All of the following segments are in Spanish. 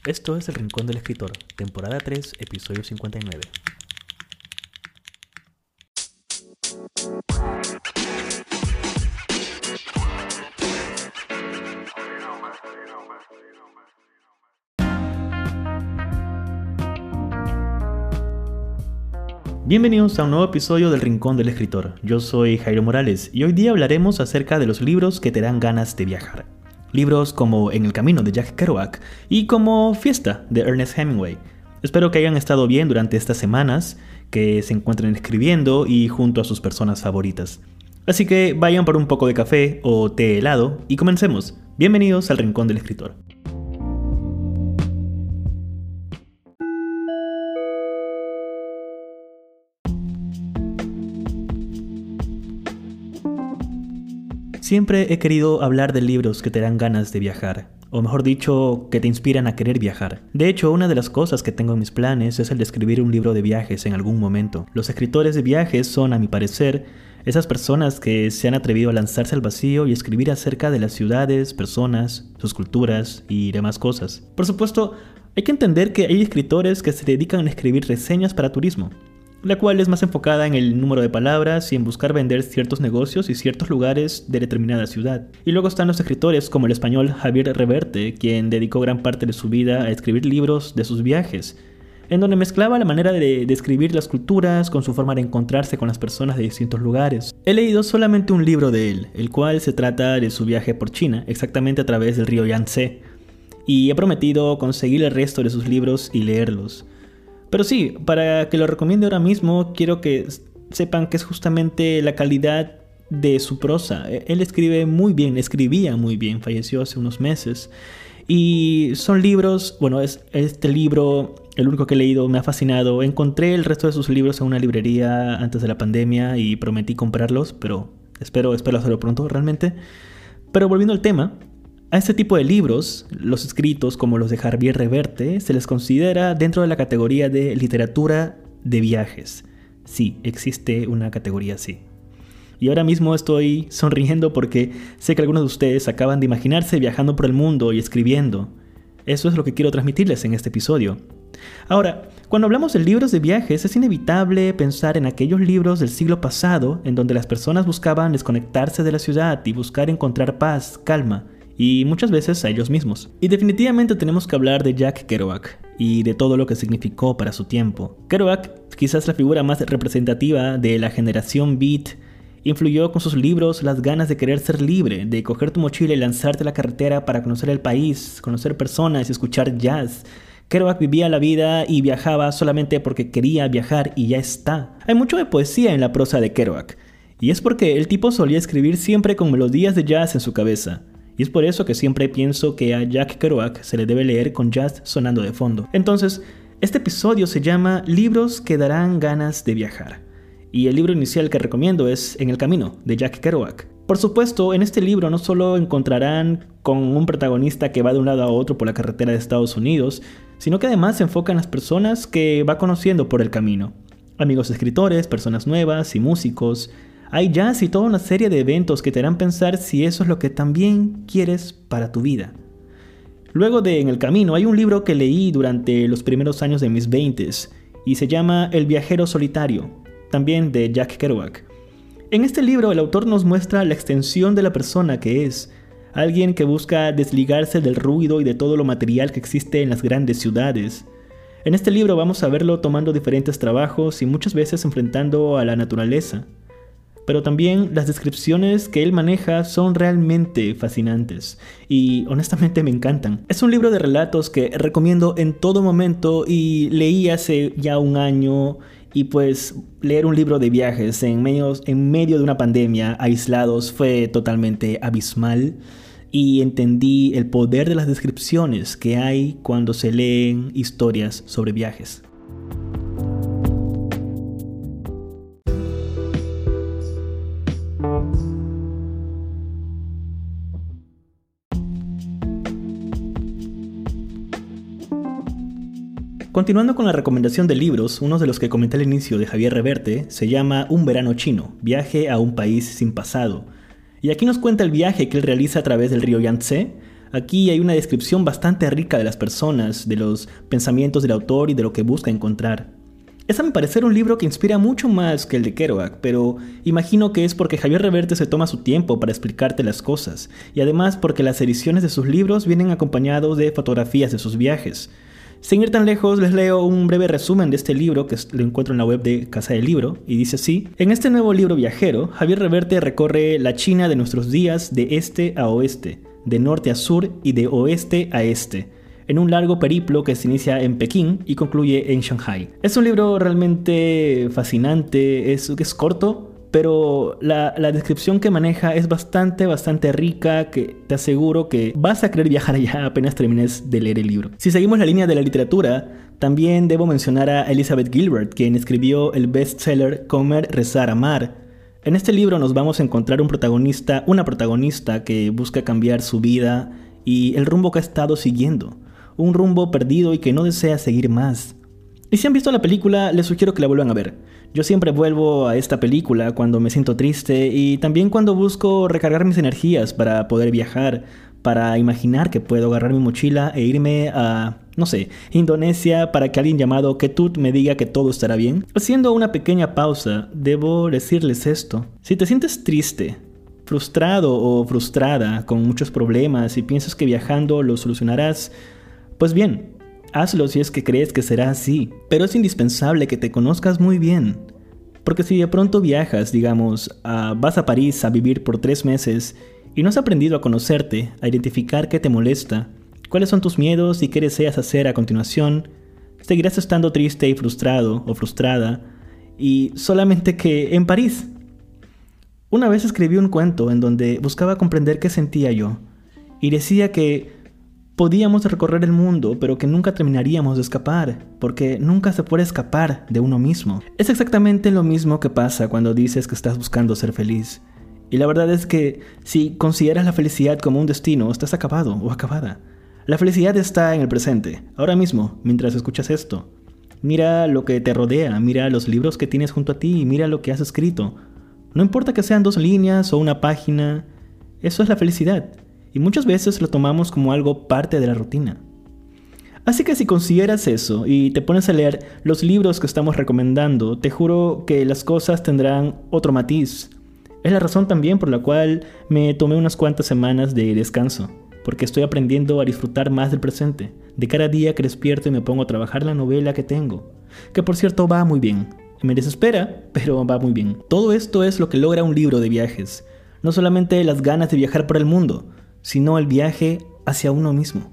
Esto es El Rincón del Escritor, temporada 3, episodio 59. Bienvenidos a un nuevo episodio del Rincón del Escritor. Yo soy Jairo Morales y hoy día hablaremos acerca de los libros que te dan ganas de viajar. Libros como En el camino de Jack Kerouac y como Fiesta de Ernest Hemingway. Espero que hayan estado bien durante estas semanas, que se encuentren escribiendo y junto a sus personas favoritas. Así que vayan por un poco de café o té helado y comencemos. Bienvenidos al Rincón del Escritor. Siempre he querido hablar de libros que te dan ganas de viajar, o mejor dicho, que te inspiran a querer viajar. De hecho, una de las cosas que tengo en mis planes es el de escribir un libro de viajes en algún momento. Los escritores de viajes son, a mi parecer, esas personas que se han atrevido a lanzarse al vacío y escribir acerca de las ciudades, personas, sus culturas y demás cosas. Por supuesto, hay que entender que hay escritores que se dedican a escribir reseñas para turismo, la cual es más enfocada en el número de palabras y en buscar vender ciertos negocios y ciertos lugares de determinada ciudad. Y luego están los escritores como el español Javier Reverte, quien dedicó gran parte de su vida a escribir libros de sus viajes, en donde mezclaba la manera de describir las culturas con su forma de encontrarse con las personas de distintos lugares. He leído solamente un libro de él, el cual se trata de su viaje por China, exactamente a través del río Yangtze, y he prometido conseguir el resto de sus libros y leerlos. Pero sí, para que lo recomiende ahora mismo, quiero que sepan que es justamente la calidad de su prosa. Él escribía muy bien, falleció hace unos meses. Y son libros, este libro, el único que he leído, me ha fascinado. Encontré el resto de sus libros en una librería antes de la pandemia y prometí comprarlos, pero espero hacerlo pronto realmente. Pero volviendo al tema, a este tipo de libros, los escritos como los de Javier Reverte, se les considera dentro de la categoría de literatura de viajes. Sí, existe una categoría así. Y ahora mismo estoy sonriendo porque sé que algunos de ustedes acaban de imaginarse viajando por el mundo y escribiendo. Eso es lo que quiero transmitirles en este episodio. Ahora, cuando hablamos de libros de viajes, es inevitable pensar en aquellos libros del siglo pasado en donde las personas buscaban desconectarse de la ciudad y buscar encontrar paz, calma, y muchas veces a ellos mismos. Y definitivamente tenemos que hablar de Jack Kerouac y de todo lo que significó para su tiempo. Kerouac, quizás la figura más representativa de la generación Beat, influyó con sus libros las ganas de querer ser libre, de coger tu mochila y lanzarte a la carretera para conocer el país, conocer personas y escuchar jazz. Kerouac vivía la vida y viajaba solamente porque quería viajar y ya está. Hay mucho de poesía en la prosa de Kerouac, y es porque el tipo solía escribir siempre con melodías de jazz en su cabeza. Y es por eso que siempre pienso que a Jack Kerouac se le debe leer con jazz sonando de fondo. Entonces, este episodio se llama Libros que darán ganas de viajar. Y el libro inicial que recomiendo es En el camino, de Jack Kerouac. Por supuesto, en este libro no solo encontrarán con un protagonista que va de un lado a otro por la carretera de Estados Unidos, sino que además se enfoca en las personas que va conociendo por el camino. Amigos escritores, personas nuevas y músicos. Hay jazz y toda una serie de eventos que te harán pensar si eso es lo que también quieres para tu vida. Luego de En el camino hay un libro que leí durante los primeros años de mis 20s y se llama El viajero solitario, también de Jack Kerouac. En este libro el autor nos muestra la extensión de la persona que es, alguien que busca desligarse del ruido y de todo lo material que existe en las grandes ciudades. En este libro vamos a verlo tomando diferentes trabajos y muchas veces enfrentando a la naturaleza. Pero también las descripciones que él maneja son realmente fascinantes y honestamente me encantan. Es un libro de relatos que recomiendo en todo momento y leí hace ya un año y pues leer un libro de viajes en medio de una pandemia, aislados, fue totalmente abismal y entendí el poder de las descripciones que hay cuando se leen historias sobre viajes. Continuando con la recomendación de libros, uno de los que comenté al inicio de Javier Reverte se llama Un verano chino, viaje a un país sin pasado. Y aquí nos cuenta el viaje que él realiza a través del río Yangtze Aquí hay una descripción bastante rica de las personas, de los pensamientos del autor y de lo que busca encontrar. Es a mi parecer un libro que inspira mucho más que el de Kerouac, pero imagino que es porque Javier Reverte se toma su tiempo para explicarte las cosas, y además porque las ediciones de sus libros vienen acompañados de fotografías de sus viajes. Sin ir tan lejos, les leo un breve resumen de este libro que lo encuentro en la web de Casa del Libro, y dice así: en este nuevo libro viajero, Javier Reverte recorre la China de nuestros días de este a oeste, de norte a sur y de oeste a este, en un largo periplo que se inicia en Pekín y concluye en Shanghai. Es un libro realmente fascinante, es corto, pero la descripción que maneja es bastante rica, que te aseguro que vas a querer viajar allá apenas termines de leer el libro. Si seguimos la línea de la literatura, también debo mencionar a Elizabeth Gilbert, quien escribió el bestseller Comer, Rezar, Amar. En este libro nos vamos a encontrar una protagonista que busca cambiar su vida y el rumbo que ha estado siguiendo. Un rumbo perdido y que no desea seguir más. Y si han visto la película, les sugiero que la vuelvan a ver. Yo siempre vuelvo a esta película cuando me siento triste y también cuando busco recargar mis energías para poder viajar, para imaginar que puedo agarrar mi mochila e irme a, Indonesia para que alguien llamado Ketut me diga que todo estará bien. Haciendo una pequeña pausa, debo decirles esto. Si te sientes triste, frustrado o frustrada con muchos problemas y piensas que viajando lo solucionarás, pues bien, hazlo si es que crees que será así, pero es indispensable que te conozcas muy bien, porque si de pronto viajas, vas a París a vivir por 3 meses y no has aprendido a conocerte, a identificar qué te molesta, cuáles son tus miedos y qué deseas hacer a continuación, seguirás estando triste y frustrado o frustrada, y solamente que en París. Una vez escribí un cuento en donde buscaba comprender qué sentía yo, y decía que podíamos recorrer el mundo, pero que nunca terminaríamos de escapar, porque nunca se puede escapar de uno mismo. Es exactamente lo mismo que pasa cuando dices que estás buscando ser feliz. Y la verdad es que si consideras la felicidad como un destino, estás acabado o acabada. La felicidad está en el presente, ahora mismo, mientras escuchas esto. Mira lo que te rodea, mira los libros que tienes junto a ti, mira lo que has escrito. No importa que sean 2 líneas o una página, eso es la felicidad. Y muchas veces lo tomamos como algo parte de la rutina. Así que si consideras eso y te pones a leer los libros que estamos recomendando, te juro que las cosas tendrán otro matiz. Es la razón también por la cual me tomé unas cuantas semanas de descanso, porque estoy aprendiendo a disfrutar más del presente, de cada día que despierto y me pongo a trabajar la novela que tengo, que por cierto va muy bien. Me desespera, pero va muy bien. Todo esto es lo que logra un libro de viajes, no solamente las ganas de viajar por el mundo, sino el viaje hacia uno mismo.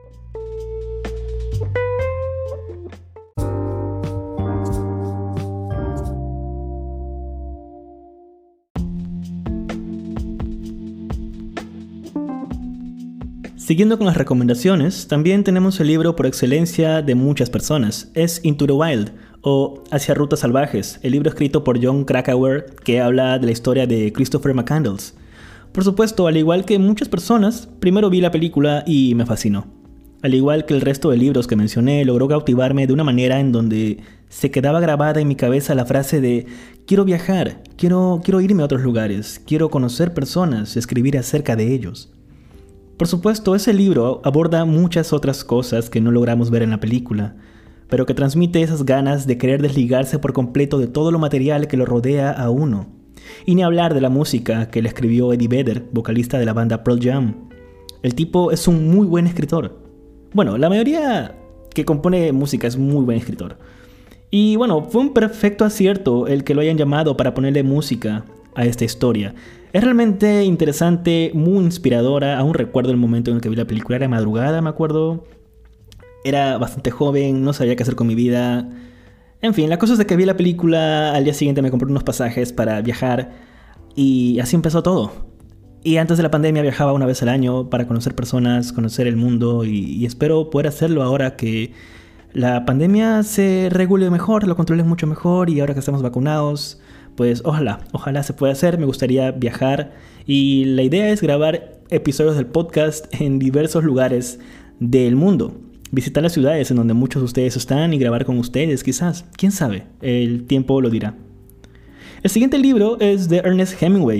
Siguiendo con las recomendaciones, también tenemos el libro por excelencia de muchas personas, es Into the Wild, o Hacia Rutas Salvajes, el libro escrito por Jon Krakauer que habla de la historia de Christopher McCandless. Por supuesto, al igual que muchas personas, primero vi la película y me fascinó. Al igual que el resto de libros que mencioné, logró cautivarme de una manera en donde se quedaba grabada en mi cabeza la frase de quiero viajar, quiero irme a otros lugares, quiero conocer personas, escribir acerca de ellos. Por supuesto, ese libro aborda muchas otras cosas que no logramos ver en la película, pero que transmite esas ganas de querer desligarse por completo de todo lo material que lo rodea a uno. Y ni hablar de la música que le escribió Eddie Vedder, vocalista de la banda Pearl Jam. El tipo es un muy buen escritor. Bueno, la mayoría que compone música es muy buen escritor. Y bueno, fue un perfecto acierto el que lo hayan llamado para ponerle música a esta historia. Es realmente interesante, muy inspiradora. Aún recuerdo el momento en el que vi la película, era madrugada, me acuerdo. Era bastante joven, no sabía qué hacer con mi vida. En fin, la cosa es de que vi la película, al día siguiente me compré unos pasajes para viajar y así empezó todo. Y antes de la pandemia viajaba una vez al año para conocer personas, conocer el mundo y espero poder hacerlo ahora que la pandemia se regule mejor, lo controlen mucho mejor y ahora que estamos vacunados, pues ojalá se pueda hacer. Me gustaría viajar y la idea es grabar episodios del podcast en diversos lugares del mundo. Visitar las ciudades en donde muchos de ustedes están y grabar con ustedes, quizás. ¿Quién sabe? El tiempo lo dirá. El siguiente libro es de Ernest Hemingway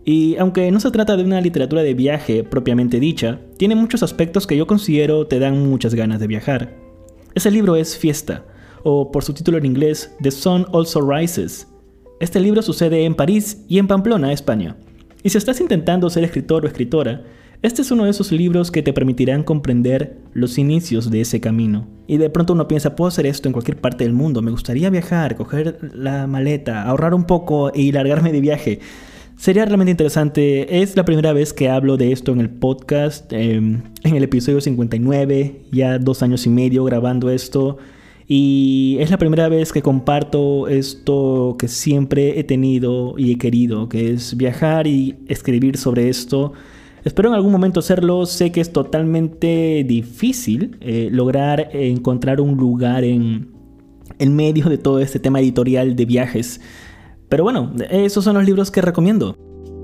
Y aunque no se trata de una literatura de viaje propiamente dicha, tiene muchos aspectos que yo considero te dan muchas ganas de viajar. Ese libro es Fiesta, o por su título en inglés, The Sun Also Rises. Este libro sucede en París y en Pamplona, España. Y si estás intentando ser escritor o escritora, este es uno de esos libros que te permitirán comprender los inicios de ese camino. Y de pronto uno piensa, puedo hacer esto en cualquier parte del mundo, me gustaría viajar, coger la maleta, ahorrar un poco y largarme de viaje. Sería realmente interesante. Es la primera vez que hablo de esto en el podcast, en el episodio 59, ya 2 años y medio grabando esto. Y es la primera vez que comparto esto que siempre he tenido y he querido, que es viajar y escribir sobre esto. Espero en algún momento hacerlo. Sé que es totalmente difícil lograr encontrar un lugar en medio de todo este tema editorial de viajes. Pero bueno, esos son los libros que recomiendo.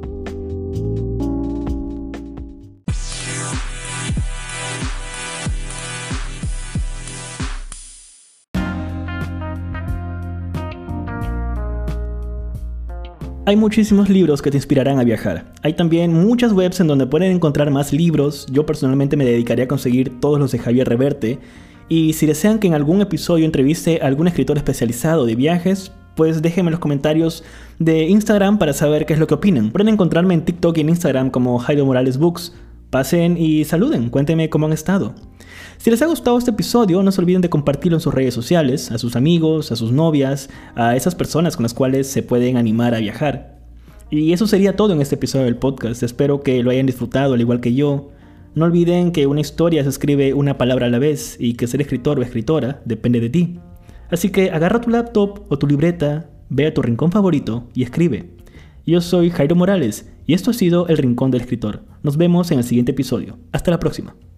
Hay muchísimos libros que te inspirarán a viajar. Hay también muchas webs en donde pueden encontrar más libros. Yo personalmente me dedicaría a conseguir todos los de Javier Reverte. Y si desean que en algún episodio entreviste a algún escritor especializado de viajes, pues déjenme en los comentarios de Instagram para saber qué es lo que opinan. Pueden encontrarme en TikTok y en Instagram como Jairo Morales Books. Pasen y saluden, cuéntenme cómo han estado. Si les ha gustado este episodio, no se olviden de compartirlo en sus redes sociales, a sus amigos, a sus novias, a esas personas con las cuales se pueden animar a viajar. Y eso sería todo en este episodio del podcast. Espero que lo hayan disfrutado al igual que yo. No olviden que una historia se escribe una palabra a la vez y que ser escritor o escritora depende de ti. Así que agarra tu laptop o tu libreta, ve a tu rincón favorito y escribe. Yo soy Jairo Morales y esto ha sido El Rincón del Escritor. Nos vemos en el siguiente episodio. Hasta la próxima.